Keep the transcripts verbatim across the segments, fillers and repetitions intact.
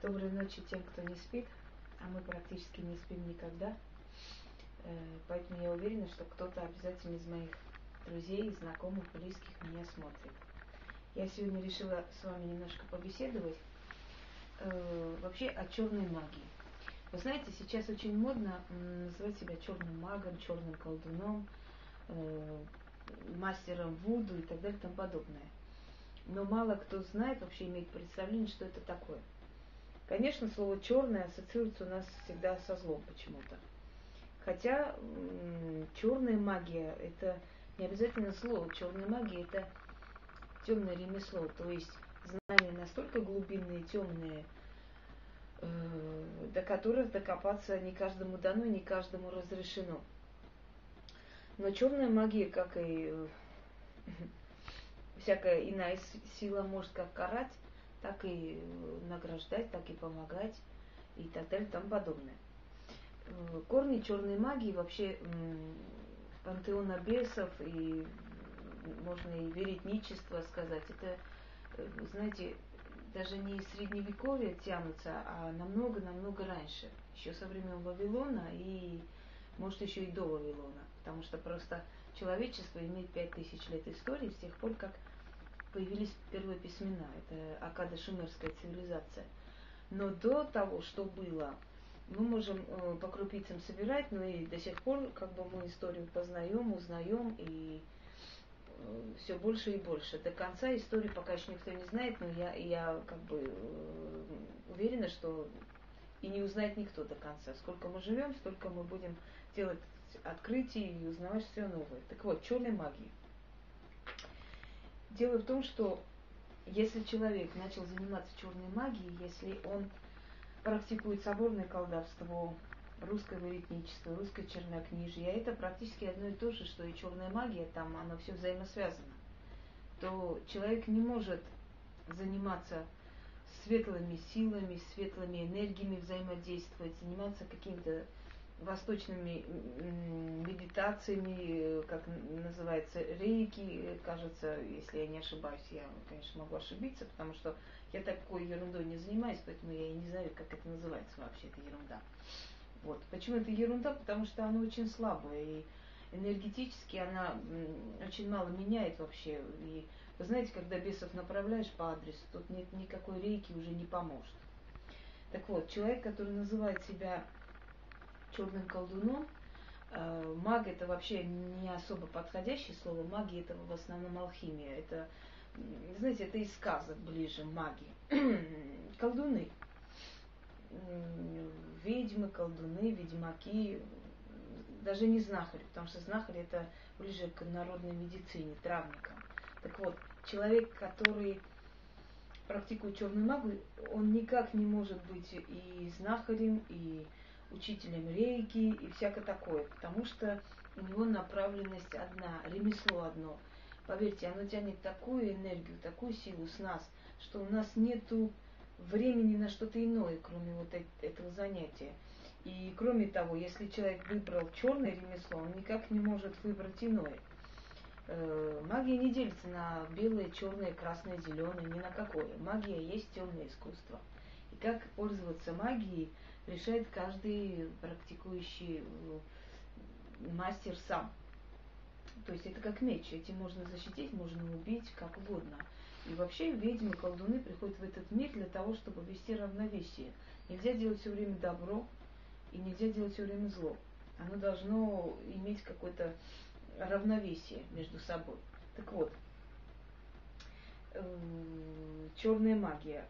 Доброй ночи тем, кто не спит, а мы практически не спим никогда. Поэтому я уверена, что кто-то обязательно из моих друзей, знакомых, близких меня смотрит. Я сегодня решила с вами немножко побеседовать э, вообще о черной магии. Вы знаете, сейчас очень модно называть себя черным магом, черным колдуном, э, мастером вуду и так далее и тому подобное. Но мало кто знает, вообще имеет представление, что это такое. Конечно, слово черное ассоциируется у нас всегда со злом почему-то. Хотя черная магия это не обязательно зло. Черная магия это темное ремесло, то есть знания настолько глубинные, темные, э, до которых докопаться не каждому дано, не каждому разрешено. Но черная магия, как и всякая иная сила, может как карать, так и награждать, так и помогать и так далее и тому подобное. Корни черной магии вообще пантеона бесов, и можно и веретничество сказать, это, знаете, даже не из средневековья тянутся, а намного-намного раньше, еще со времен Вавилона и, может, еще и до Вавилона, потому что просто человечество имеет пять тысяч лет истории с тех пор, как появились первые письмена, это аккадо-шумерская цивилизация. Но до того, что было, мы можем э, по крупицам собирать, но и до сих пор как бы мы историю познаем, узнаем и э, все больше и больше. До конца истории пока еще никто не знает, но я, я как бы э, уверена, что и не узнает никто до конца. Сколько мы живем, столько мы будем делать открытий и узнавать все новое. Так вот, черной магии. Дело в том, что если человек начал заниматься черной магией, если он практикует соборное колдовство, русское веретничество, русское чернокнижие, а это практически одно и то же, что и черная магия, там оно все взаимосвязано, то человек не может заниматься светлыми силами, светлыми энергиями взаимодействовать, заниматься какими-то восточными медитациями, как называется, рейки, кажется, если я не ошибаюсь, я, конечно, могу ошибиться, потому что я такой ерундой не занимаюсь, поэтому я и не знаю, как это называется вообще, эта ерунда. Вот. Почему это ерунда? Потому что она очень слабая, и энергетически она очень мало меняет вообще. И вы знаете, когда бесов направляешь по адресу, тут нет никакой рейки уже не поможет. Так вот, человек, который называет себя черным колдуном, э, маг это вообще не особо подходящее слово. Магия это в основном алхимия. Это, знаете, это из сказок ближе маги. Колдуны. Ведьмы, колдуны, ведьмаки, даже не знахари, потому что знахари это ближе к народной медицине, травникам. Так вот, человек, который практикует черную магию, он никак не может быть и знахарем, и учителем рейки, и всякое такое, потому что у него направленность одна, ремесло одно. Поверьте, оно тянет такую энергию, такую силу с нас, что у нас нету времени на что-то иное, кроме вот этого занятия. И кроме того, если человек выбрал черное ремесло, он никак не может выбрать иное. Магия не делится на белое, черное, красное, зеленое, ни на какое. Магия есть темное искусство. И как пользоваться магией, решает каждый практикующий мастер сам. То есть это как меч, этим можно защитить, можно убить, как угодно. И вообще ведьмы, колдуны приходят в этот мир для того, чтобы вести равновесие. Нельзя делать все время добро и нельзя делать все время зло. Оно должно иметь какое-то равновесие между собой. Так вот, черная магия.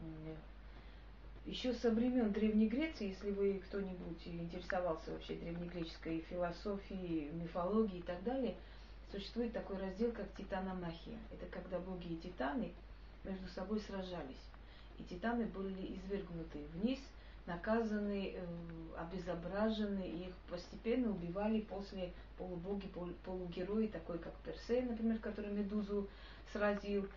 Еще со времен Древней Греции, если вы кто-нибудь интересовался вообще древнегреческой философией, мифологией и так далее, существует такой раздел, как титаномахия. Это когда боги и титаны между собой сражались. И титаны были извергнуты вниз, наказаны, обезображены, и их постепенно убивали после полубоги, полугерои, такой как Персей, например, который Медузу сразил,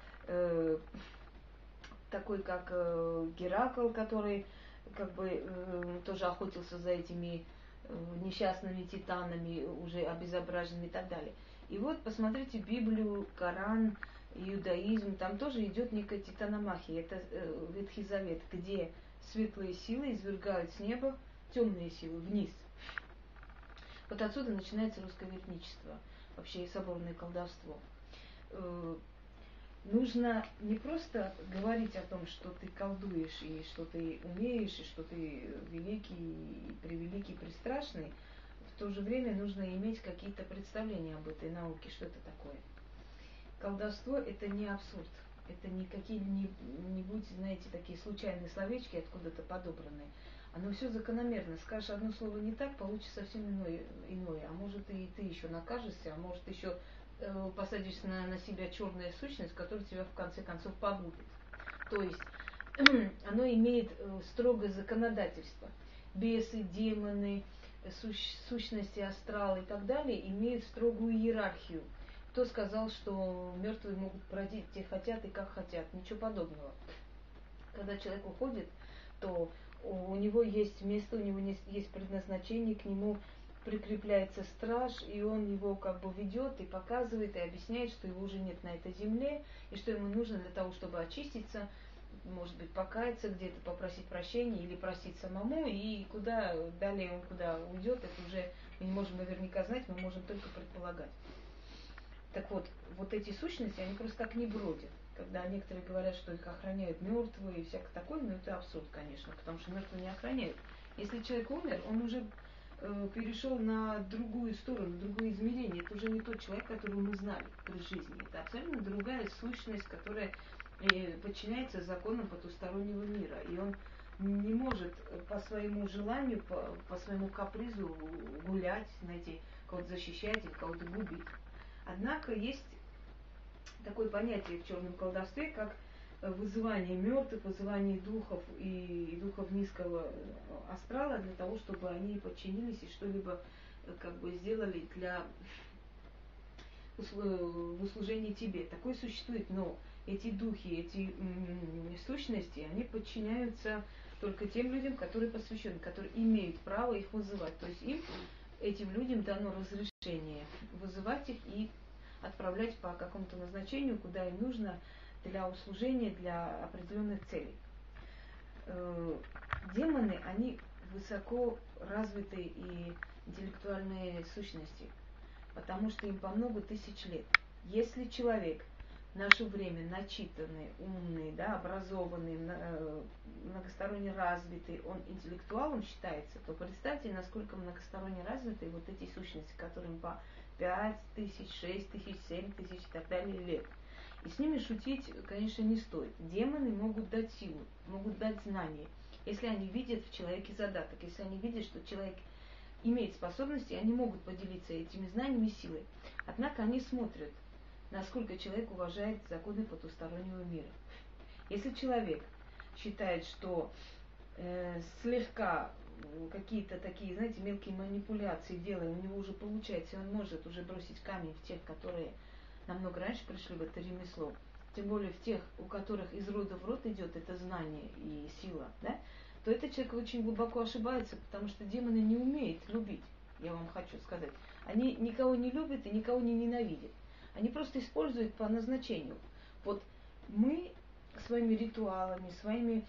такой как э, Геракл, который как бы э, тоже охотился за этими э, несчастными титанами, уже обезображенными и так далее. И вот посмотрите Библию, Коран, иудаизм, там тоже идет некая титаномахия. Это э, Ветхий Завет, где светлые силы извергают с неба темные силы вниз. Вот отсюда начинается руссковерничество, вообще и соборное колдовство. Э, нужно не просто говорить о том, что ты колдуешь, и что ты умеешь, и что ты великий, и превеликий, престрашный. В то же время нужно иметь какие-то представления об этой науке, что это такое. Колдовство – это не абсурд, это не какие-нибудь, знаете, такие случайные словечки, откуда-то подобранные. Оно все закономерно. Скажешь одно слово не так, получится совсем иное, иное. А может и ты еще накажешься, а может еще э, посадишь на, на себя черная сущность, которая тебя в конце концов погубит. То есть оно имеет э, строгое законодательство. Бесы, демоны, сущ, сущности, астралы и так далее имеют строгую иерархию. Кто сказал, что мертвые могут бродить где хотят и как хотят? Ничего подобного. Когда человек уходит, то у него есть место, у него есть предназначение, к нему прикрепляется страж, и он его как бы ведет и показывает, и объясняет, что его уже нет на этой земле, и что ему нужно для того, чтобы очиститься, может быть, покаяться где-то, попросить прощения или просить самому, и куда далее он куда уйдет, это уже мы не можем наверняка знать, мы можем только предполагать. Так вот, вот эти сущности, они просто так не бродят. Когда некоторые говорят, что их охраняют мертвые и всякое такое, ну это абсурд, конечно, потому что мертвые не охраняют. Если человек умер, он уже э, перешел на другую сторону, другое измерение. Это уже не тот человек, которого мы знали при жизни. Это абсолютно другая сущность, которая э, подчиняется законам потустороннего мира. И он не может по своему желанию, по, по своему капризу гулять, знаете, кого-то защищать или кого-то губить. Однако есть такое понятие в черном колдовстве, как вызывание мертвых, вызывание духов и духов низкого астрала для того, чтобы они подчинились и что-либо как бы сделали для в услужении тебе. Такое существует, но эти духи, эти м- сущности, они подчиняются только тем людям, которые посвящены, которые имеют право их вызывать. То есть им, этим людям дано разрешение вызывать их и отправлять по какому-то назначению, куда им нужно для услужения, для определенных целей. Э, демоны, они высоко развитые и интеллектуальные сущности, потому что им по много тысяч лет. Если человек в наше время начитанный, умный, да, образованный, многосторонне развитый, он интеллектуалом считается, то представьте, насколько многосторонне развиты вот эти сущности, которым по пять тысяч, шесть тысяч, семь тысяч и так далее лет. И с ними шутить, конечно, не стоит. Демоны могут дать силу, могут дать знания, если они видят в человеке задаток, если они видят, что человек имеет способности, они могут поделиться этими знаниями и силой. Однако они смотрят, насколько человек уважает законы потустороннего мира. Если человек считает, что э, слегка какие-то такие, знаете, мелкие манипуляции делая, у него уже получается, и он может уже бросить камень в тех, которые намного раньше пришли в это ремесло, тем более в тех, у которых из рода в род идет это знание и сила, да, то этот человек очень глубоко ошибается, потому что демоны не умеют любить, я вам хочу сказать. Они никого не любят и никого не ненавидят. Они просто используют по назначению. Вот мы своими ритуалами, своими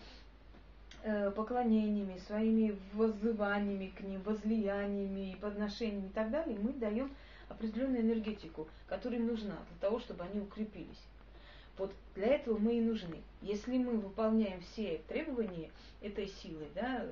э, поклонениями, своими воззываниями к ним, возлияниями, подношениями и так далее, мы даем определенную энергетику, которая им нужна для того, чтобы они укрепились. Вот для этого мы и нужны. Если мы выполняем все требования этой силы, да,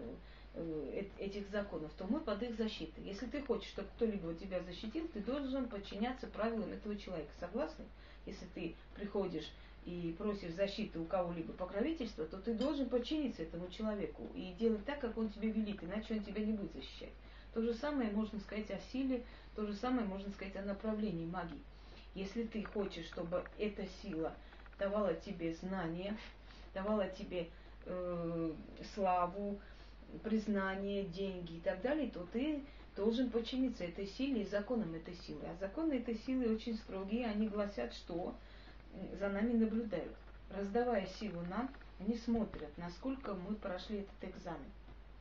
этих законов, то мы под их защитой. Если ты хочешь, чтобы кто-либо тебя защитил, ты должен подчиняться правилам этого человека. Согласны? Если ты приходишь и просишь защиты у кого-либо, покровительства, то ты должен подчиниться этому человеку и делать так, как он тебе велит, иначе он тебя не будет защищать. То же самое можно сказать о силе, то же самое можно сказать о направлении магии. Если ты хочешь, чтобы эта сила давала тебе знания, давала тебе э, славу, признание, деньги и так далее, то ты должен подчиниться этой силе и законам этой силы. А законы этой силы очень строгие, они гласят, что за нами наблюдают. Раздавая силу нам, они смотрят, насколько мы прошли этот экзамен.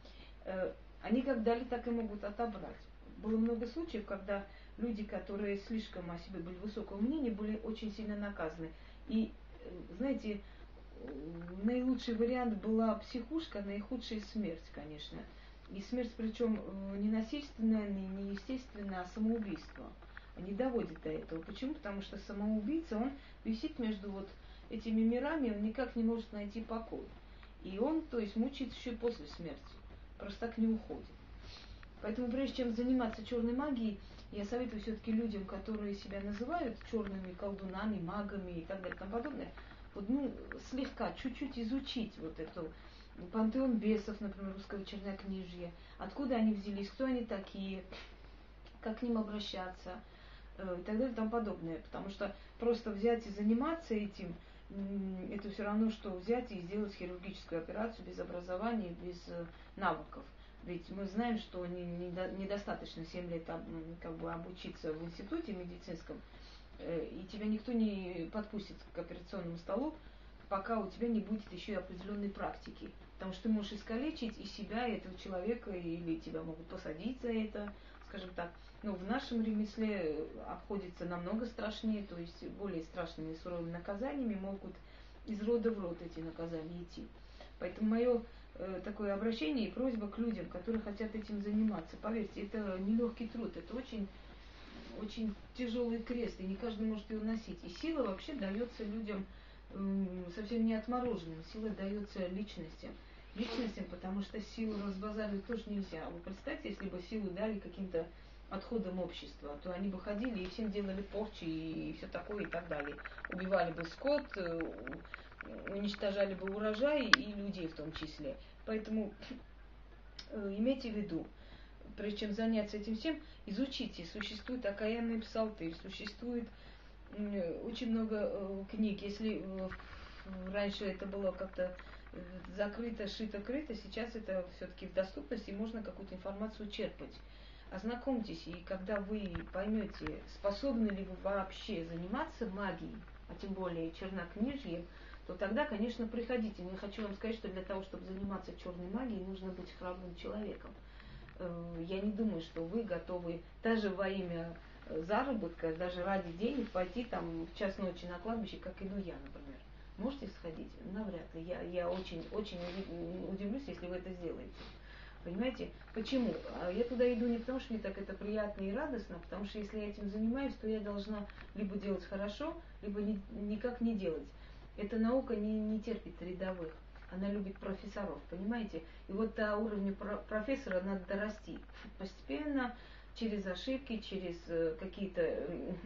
Э, они как дали, так и могут отобрать. Было много случаев, когда люди, которые слишком о себе были высокого мнения, были очень сильно наказаны. И, знаете, наилучший вариант была психушка, наихудшая смерть, конечно. И смерть, причем не насильственная, не естественная, а самоубийство. Они доводят до этого. Почему? Потому что самоубийца, он висит между вот этими мирами, он никак не может найти покой. И он, то есть, мучается еще и после смерти. Просто так не уходит. Поэтому, прежде чем заниматься черной магией, я советую все-таки людям, которые себя называют черными колдунами, магами и так далее и тому подобное, вот, ну, слегка, чуть-чуть изучить вот эту пантеон бесов, например, русского чернокнижья, откуда они взялись, кто они такие, как к ним обращаться э, и так далее и тому подобное. Потому что просто взять и заниматься этим, это все равно, что взять и сделать хирургическую операцию без образования, без э, навыков. Ведь мы знаем, что не, не, недостаточно семь лет об, как бы, обучиться в институте медицинском, э, и тебя никто не подпустит к операционному столу, пока у тебя не будет еще и определенной практики. Потому что ты можешь искалечить и себя, и этого человека, или тебя могут посадить за это, скажем так. Но в нашем ремесле обходится намного страшнее, то есть более страшными и суровыми наказаниями могут из рода в род эти наказания идти. Поэтому мое э, такое обращение и просьба к людям, которые хотят этим заниматься. Поверьте, это нелегкий труд, это очень, очень тяжелый крест, и не каждый может его носить. И сила вообще дается людям э, совсем не отмороженным, сила дается личностям. Личностям, потому что силу разбазаривать тоже нельзя. Вы представьте, если бы силу дали каким-то отходам общества, то они бы ходили и всем делали порчи и все такое и так далее. Убивали бы скот, уничтожали бы урожай и людей в том числе. Поэтому имейте в виду, прежде чем заняться этим всем, изучите. Существует окаянный псалтырь, существует очень много книг. Если раньше это было как-то закрыто, шито, крыто, сейчас это все-таки в доступности, можно какую-то информацию черпать. Ознакомьтесь, и когда вы поймете, способны ли вы вообще заниматься магией, а тем более чернокнижьем, то тогда, конечно, приходите. Но я хочу вам сказать, что для того, чтобы заниматься черной магией, нужно быть храбрым человеком. Я не думаю, что вы готовы даже во имя заработка, даже ради денег пойти там в час ночи на кладбище, как иду я, например. Можете сходить? Навряд ли. Я, я очень, очень удивлюсь, если вы это сделаете. Понимаете? Почему? Я туда иду не потому, что мне так это приятно и радостно, а потому что если я этим занимаюсь, то я должна либо делать хорошо, либо ни, никак не делать. Эта наука не, не терпит рядовых. Она любит профессоров, понимаете? И вот до уровня профессора надо дорасти. Постепенно, через ошибки, через какие-то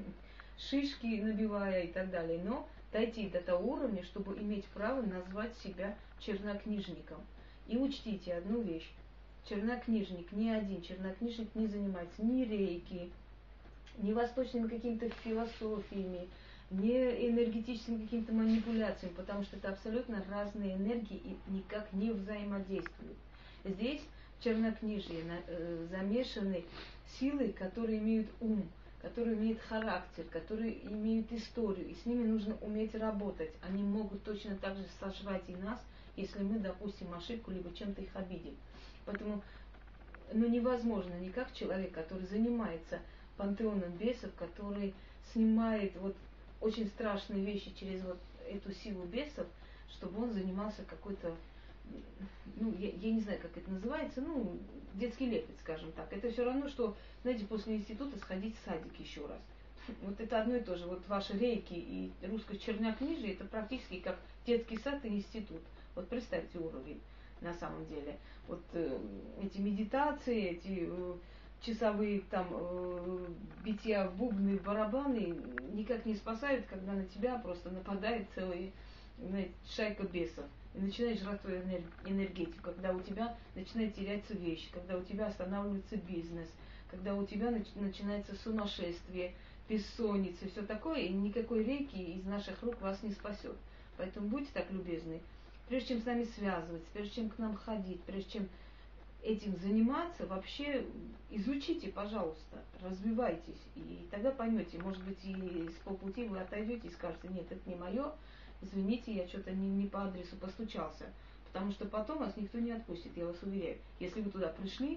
шишки набивая и так далее. Но дойти до того уровня, чтобы иметь право назвать себя чернокнижником. И учтите одну вещь. Чернокнижник, ни один чернокнижник не занимается ни рейки, ни восточными какими-то философиями, ни энергетическими какими-то манипуляциями, потому что это абсолютно разные энергии и никак не взаимодействуют. Здесь в чернокнижье э, замешаны силы, которые имеют ум, которые имеют характер, которые имеют историю, и с ними нужно уметь работать. Они могут точно так же сожрать и нас, если мы допустим ошибку, либо чем-то их обидим. Поэтому ну, невозможно никак человек, который занимается пантеоном бесов, который снимает вот очень страшные вещи через вот эту силу бесов, чтобы он занимался какой-то, ну, я, я не знаю, как это называется, ну, детский лепет, скажем так. Это все равно, что, знаете, после института сходить в садик еще раз. Вот это одно и то же. Вот ваши рейки и русское чернокнижие, это практически как детский сад и институт. Вот представьте уровень на самом деле. Вот э, эти медитации, эти э, часовые там э, битья в бубны, в барабаны никак не спасают, когда на тебя просто нападает целая, знаете, шайка бесов. И начинает жрать твою энергетику, когда у тебя начинает теряться вещи, когда у тебя останавливается бизнес, когда у тебя нач- начинается сумасшествие, бессонница, все такое, и никакой рейки из наших рук вас не спасет. Поэтому будьте так любезны, прежде чем с нами связываться, прежде чем к нам ходить, прежде чем этим заниматься, вообще изучите, пожалуйста, развивайтесь, и тогда поймете, может быть, и с полпути вы отойдете и скажете, нет, это не мое, извините, я что-то не, не по адресу постучался, потому что потом вас никто не отпустит, я вас уверяю. Если вы туда пришли,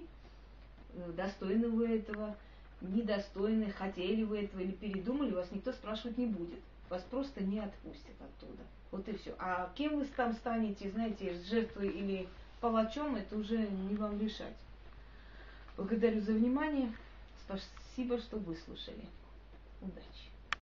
достойны вы этого, недостойны, хотели вы этого или передумали, вас никто спрашивать не будет. Вас просто не отпустят оттуда. Вот и все. А кем вы там станете, знаете, жертвой или палачом, это уже не вам решать. Благодарю за внимание. Спасибо, что выслушали. Удачи.